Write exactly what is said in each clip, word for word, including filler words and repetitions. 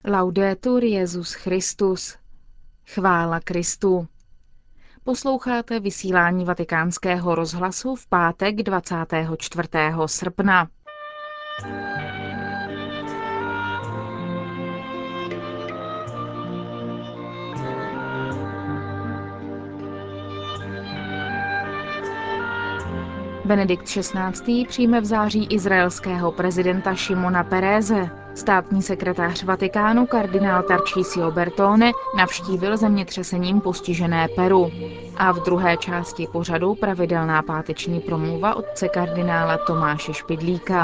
Laudetur Jesus Christus. Chvála Kristu. Posloucháte vysílání Vatikánského rozhlasu v pátek dvacátého čtvrtého srpna. Benedikt šestnáctý. přijme v září izraelského prezidenta Šimona Peréze. Státní sekretář Vatikánu kardinál Tarcísio Bertone navštívil zemětřesením postižené Peru. A v druhé části pořadu pravidelná páteční promluva otce kardinála Tomáše Špidlíka.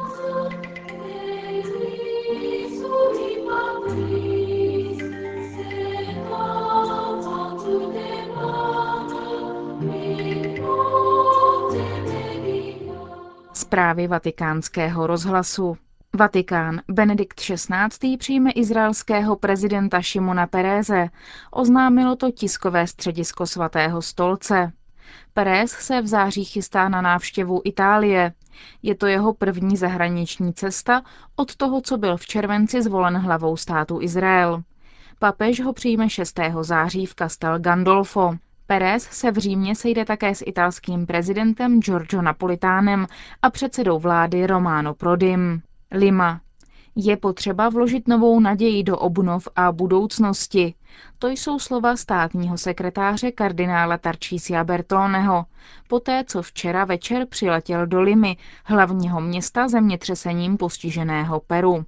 Zprávy Vatikánského rozhlasu. Vatikán. Benedikt šestnáctý. přijme izraelského prezidenta Šimona Peréze. Oznámilo to tiskové středisko Svatého stolce. Pérez se v září chystá na návštěvu Itálie. Je to jeho první zahraniční cesta od toho, co byl v červenci zvolen hlavou státu Izrael. Papež ho přijme šestého září v Castel Gandolfo. Pérez se v Římě sejde také s italským prezidentem Giorgio Napolitánem a předsedou vlády Romano Prodim. Lima. Je potřeba vložit novou naději do obnov a budoucnosti. To jsou slova státního sekretáře kardinála Tarcísia Bertoneho, poté co včera večer přiletěl do Limy, hlavního města zemětřesením postiženého Peru.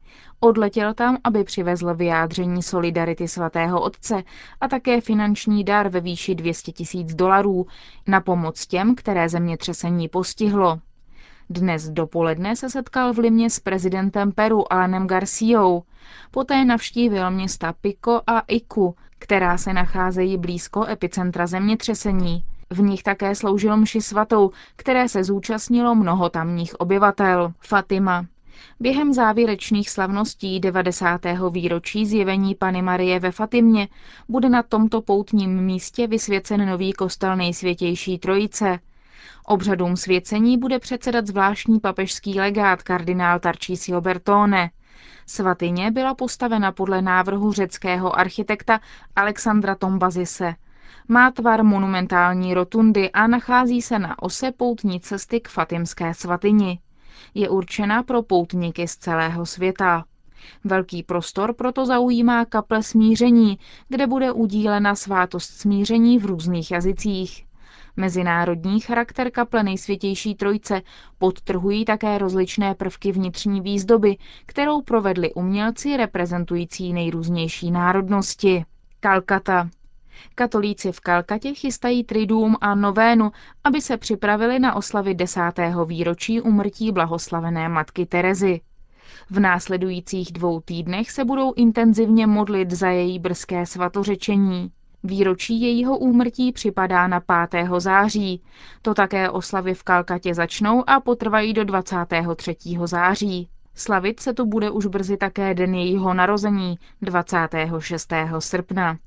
Odletěl tam, aby přivezl vyjádření solidarity svatého otce a také finanční dar ve výši dvě stě tisíc dolarů na pomoc těm, které zemětřesení postihlo. Dnes dopoledne se setkal v Limě s prezidentem Peru Alanem Garciou. Poté navštívil města Pico a Iku, která se nacházejí blízko epicentra zemětřesení. V nich také sloužil mši svatou, které se zúčastnilo mnoho tamních obyvatel. Fatima. Během závěrečných slavností devadesátého výročí zjevení Panny Marie ve Fatimě bude na tomto poutním místě vysvěcen nový kostel Nejsvětější Trojice. Obřadům svěcení bude předsedat zvláštní papežský legát kardinál Tarcísio Bertone. Svatyně byla postavena podle návrhu řeckého architekta Alexandra Tombazise. Má tvar monumentální rotundy a nachází se na ose poutní cesty k Fatimské svatyni. Je určena pro poutníky z celého světa. Velký prostor proto zaujímá kaple smíření, kde bude udílena svátost smíření v různých jazycích. Mezinárodní charakter kaple Nejsvětější Trojice podtrhují také rozličné prvky vnitřní výzdoby, kterou provedli umělci reprezentující nejrůznější národnosti. Kalkata. Katolíci v Kalkatě chystají triduum a novénu, aby se připravili na oslavy desátého výročí úmrtí blahoslavené matky Terezy. V následujících dvou týdnech se budou intenzivně modlit za její brzké svatořečení. Výročí jejího úmrtí připadá na pátého září. To také oslavy v Kalkatě začnou a potrvají do dvacátého třetího září. Slavit se tu bude už brzy také den jejího narození, dvacátého šestého srpna.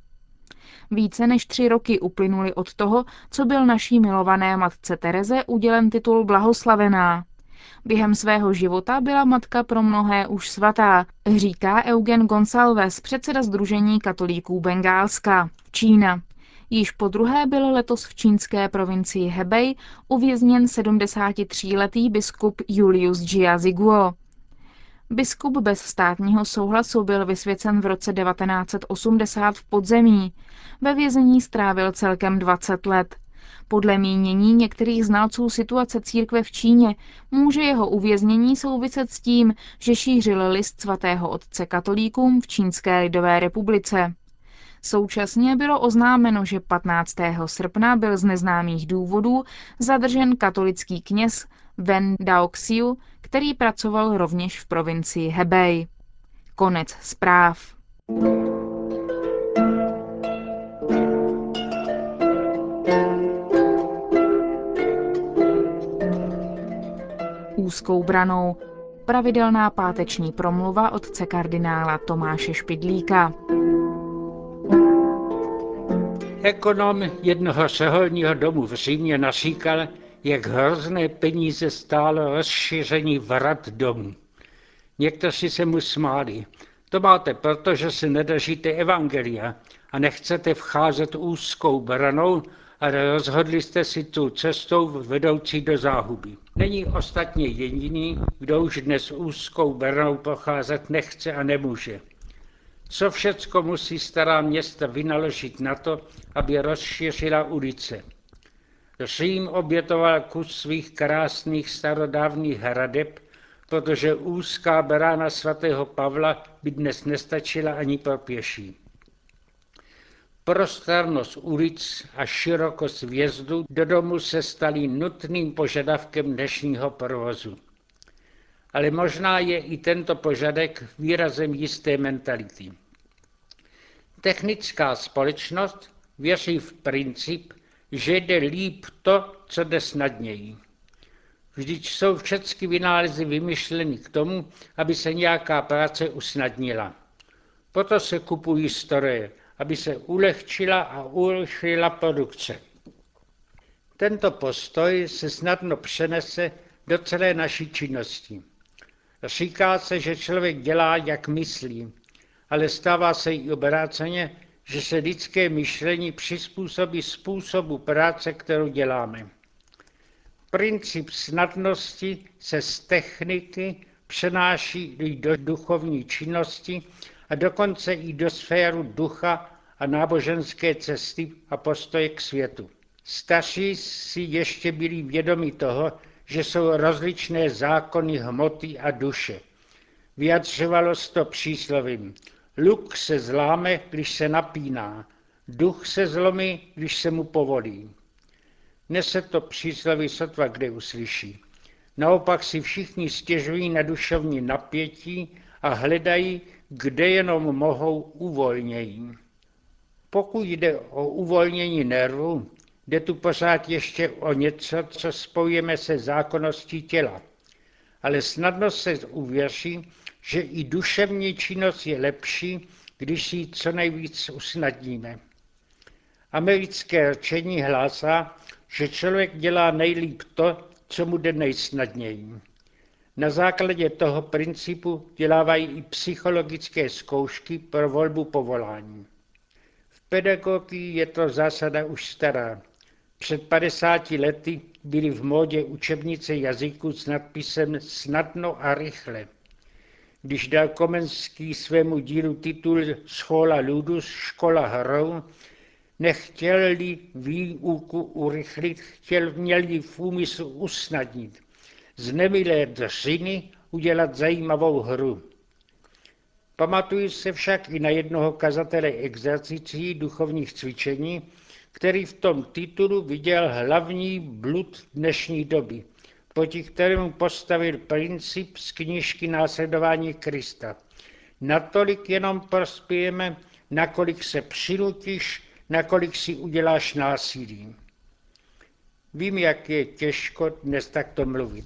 Více než tři roky uplynuly od toho, co byl naší milované matce Tereze udělen titul blahoslavená. Během svého života byla matka pro mnohé už svatá, říká Eugen Gonsalves, předseda Sdružení katolíků Bengálska. Čína. Již podruhé byl letos v čínské provincii Hebei uvězněn sedmdesátitříletý biskup Julius Jia Ziguo. Biskup bez státního souhlasu byl vysvěcen v roce devatenáct set osmdesát v podzemí. Ve vězení strávil celkem dvacet let. Podle mínění některých znalců situace církve v Číně může jeho uvěznění souviset s tím, že šířil list svatého otce katolíkům v Čínské lidové republice. Současně bylo oznámeno, že patnáctého srpna byl z neznámých důvodů zadržen katolický kněz Wen Daoxiu, který pracoval rovněž v provincii Hebei. Konec zpráv. Úzkou branou. Pravidelná páteční promluva otce kardinála Tomáše Špidlíka. Ekonom jednoho řeholního domu v Římě naříkal, jak hrozné peníze stálo rozšíření vrat domu. Někteří se mu smáli. To máte proto, že si nedržíte evangelia a nechcete vcházet úzkou branou, ale rozhodli jste si tu cestou vedoucí do záhuby. Není ostatně jediný, kdo už dnes úzkou branou procházet nechce a nemůže. Co všecko musí stará města vynaložit na to, aby rozšířila ulice. Řím obětoval kus svých krásných starodávných hradeb, protože úzká brána svatého Pavla by dnes nestačila ani pro pěší. Prostornost ulic a širokost vjezdu do domu se staly nutným požadavkem dnešního provozu. Ale možná je i tento požadavek výrazem jisté mentality. Technická společnost věří v princip, že jde líp to, co jde snadněji. Vždyť jsou všechny vynálezy vymyšleny k tomu, aby se nějaká práce usnadnila. Proto se kupují stroje, aby se ulehčila a urychlila produkce. Tento postoj se snadno přenese do celé naší činnosti. Říká se, že člověk dělá, jak myslí, ale stává se i obráceně, že se lidské myšlení přizpůsobí způsobu práce, kterou děláme. Princip snadnosti se z techniky přenáší i do duchovní činnosti a dokonce i do sféru ducha a náboženské cesty a postoje k světu. Starší si ještě byli vědomi toho, že jsou rozličné zákony hmoty a duše. Vyjadřovalo se to příslovím: luk se zláme, když se napíná, duch se zlomí, když se mu povolí. Dnes se to přísloví sotva kde uslyší. Naopak si všichni stěžují na duševní napětí a hledají, kde jenom mohou, uvolnění. Pokud jde o uvolnění nervů, jde tu pořád ještě o něco, co spojujeme se zákonností těla. Ale snadno se uvěří, že i duševní činnost je lepší, když si ji co nejvíc usnadníme. Americké rčení hlásá, že člověk dělá nejlíp to, co mu jde nejsnadněji. Na základě toho principu dělávají i psychologické zkoušky pro volbu povolání. V pedagogii je to zásada už stará. Před padesáti lety byly v módě učebnice jazyku s nadpisem Snadno a rychle. Když dal Komenský svému dílu titul Schola ludus, škola hrou, nechtěl-li výuku urychlit, chtěl měl v úmyslu usnadnit. Z nemilé dřiny udělat zajímavou hru. Pamatuju se však i na jednoho kazatele exercicí duchovních cvičení, který v tom titulu viděl hlavní blud dnešní doby, proti kterému postavil princip z knížky Následování Krista. Natolik jenom prospějeme, nakolik se přinutíš, nakolik si uděláš násilí. Vím, jak je těžko dnes takto mluvit.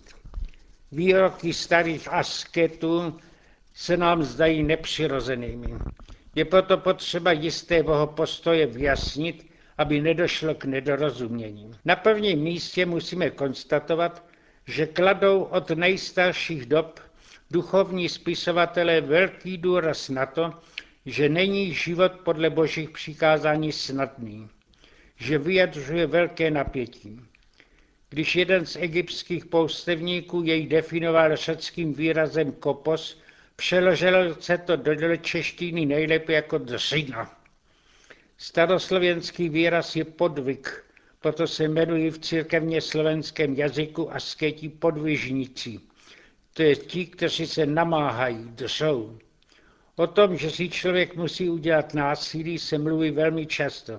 Výroky starých asketů se nám zdají nepřirozenými. Je proto potřeba jistého postoje vyjasnit, aby nedošlo k nedorozumění. Na prvním místě musíme konstatovat, že kladou od nejstarších dob duchovní spisovatelé velký důraz na to, že není život podle božích přikázání snadný, že vyjadřuje velké napětí. Když jeden z egyptských poustevníků jej definoval řeckým výrazem kopos, přeložilo se to do češtiny nejlépe jako dřina. Staroslovenský výraz je podvik, proto se jmenují v církevně slovenském jazyku asketi podvižníci. To je ti, kteří se namáhají, dřou. O tom, že si člověk musí udělat násilí, se mluví velmi často.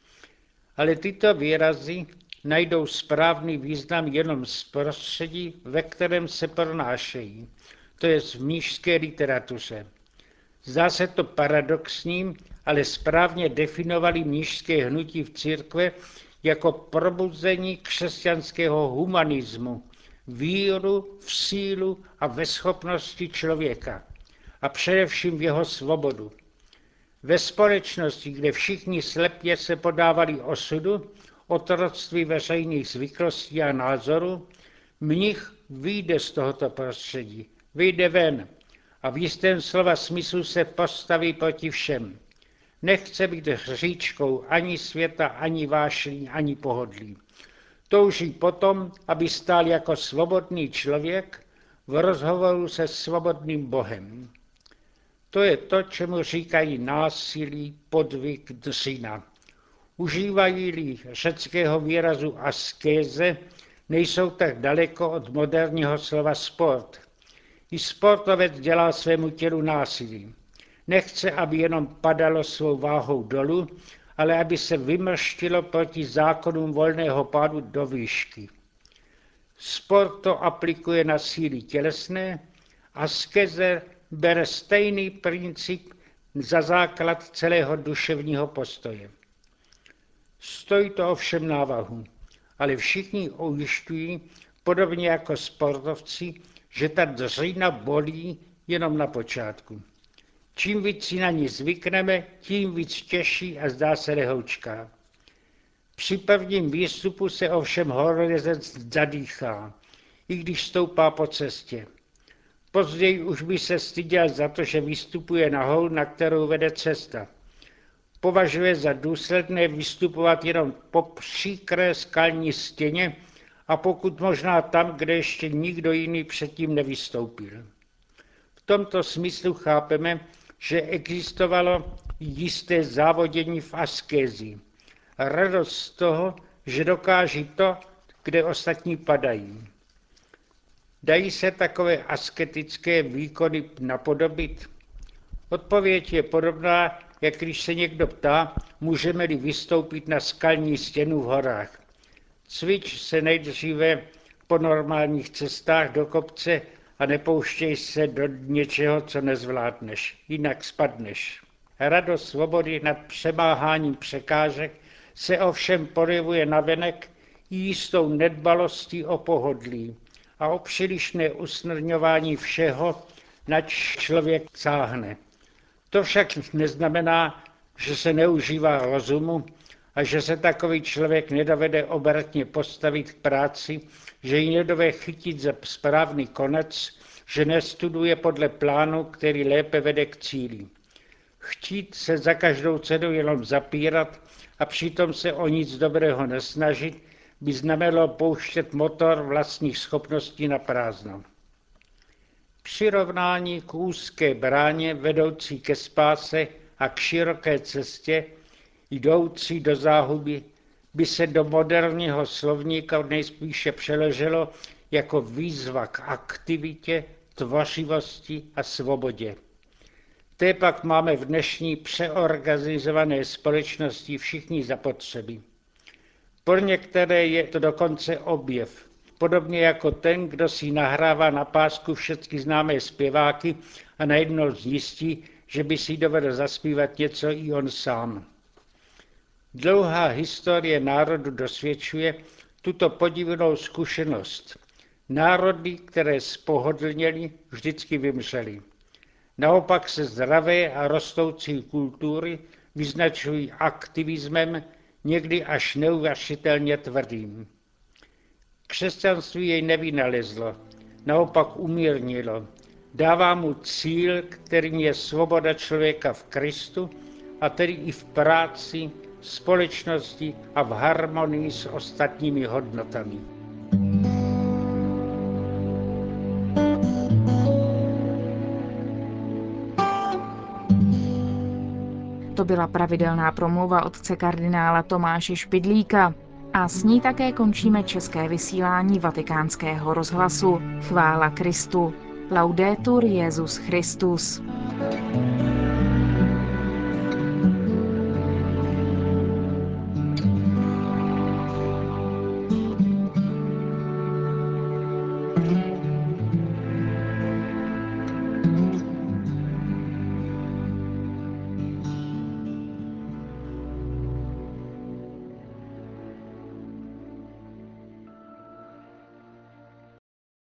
Ale tyto výrazy najdou správný význam jenom z prostředí, ve kterém se pronášejí, to je v mníšské literatuře. Zdá se to paradoxním, ale správně definovali mníšské hnutí v církve jako probuzení křesťanského humanismu, víru v sílu a ve schopnosti člověka a především v jeho svobodu. Ve společnosti, kde všichni slepě se podávali osudu, otroctví veřejných zvyklostí a názorů, mnich vyjde z tohoto prostředí, vyjde ven a v jistém slova smyslu se postaví proti všem. Nechce být hříčkou ani světa, ani vášní, ani pohodlí. Touží potom, aby stál jako svobodný člověk v rozhovoru se svobodným Bohem. To je to, čemu říkají násilí, podvik, dřina. Užívají-li řeckého výrazu askéze, nejsou tak daleko od moderního slova sport. I sportovec dělá svému tělu násilí. Nechce, aby jenom padalo svou váhou dolů, ale aby se vymrštilo proti zákonům volného pádu do výšky. Sport to aplikuje na síly tělesné, askeze bere stejný princip za základ celého duševního postoje. Stojí to ovšem návahu, ale všichni ujišťují, podobně jako sportovci, že ta dřina bolí jenom na počátku. Čím víc si na ní zvykneme, tím víc těžší a zdá se lehoučká. Při prvním výstupu se ovšem horolezec zadýchá, i když stoupá po cestě. Později už by se styděl za to, že vystupuje na holu, na kterou vede cesta. Považuje za důsledné vystupovat jenom po příkré skalní stěně a pokud možná tam, kde ještě nikdo jiný předtím nevystoupil. V tomto smyslu chápeme, že existovalo jisté závodění v askézi. Radost z toho, že dokáží to, kde ostatní padají. Dají se takové asketické výkony napodobit? Odpověď je podobná, jak když se někdo ptá, můžeme-li vystoupit na skalní stěnu v horách. Cvič se nejdříve po normálních cestách do kopce a nepouštěj se do něčeho, co nezvládneš, jinak spadneš. Radost svobody nad přemáháním překážek se ovšem projevuje navenek jistou nedbalostí o pohodlí a o přílišné usnadňování všeho, nač člověk sáhne. To však neznamená, že se neužívá rozumu a že se takový člověk nedovede obratně postavit k práci, že ji nedovede chytit za správný konec, že nestuduje podle plánu, který lépe vede k cíli. Chtít se za každou cenu jenom zapírat a přitom se o nic dobrého nesnažit, by znamenalo pouštět motor vlastních schopností na prázdno. Přirovnání k úzké bráně vedoucí ke spáse a k široké cestě jdoucí do záhuby by se do moderního slovníka nejspíše přeložilo jako výzva k aktivitě, tvořivosti a svobodě. Té pak máme v dnešní přeorganizované společnosti všichni zapotřebí. Pro některé je to dokonce objev, podobně jako ten, kdo si nahrává na pásku všechny známé zpěváky a najednou zjistí, že by si dovedl zaspívat něco i on sám. Dlouhá historie národu dosvědčuje tuto podivnou zkušenost. Národy, které spohodlněly, vždycky vymřely. Naopak se zdravé a rostoucí kultury vyznačují aktivismem, někdy až neuvěřitelně tvrdým. Křesťanství jej nevynalezlo, naopak umírnilo. Dává mu cíl, kterým je svoboda člověka v Kristu, a tedy i v práci, společnosti a v harmonii s ostatními hodnotami. To byla pravidelná promluva otce kardinála Tomáše Špidlíka. A s ní také končíme české vysílání Vatikánského rozhlasu. Chvála Kristu. Laudetur Jesus Christus.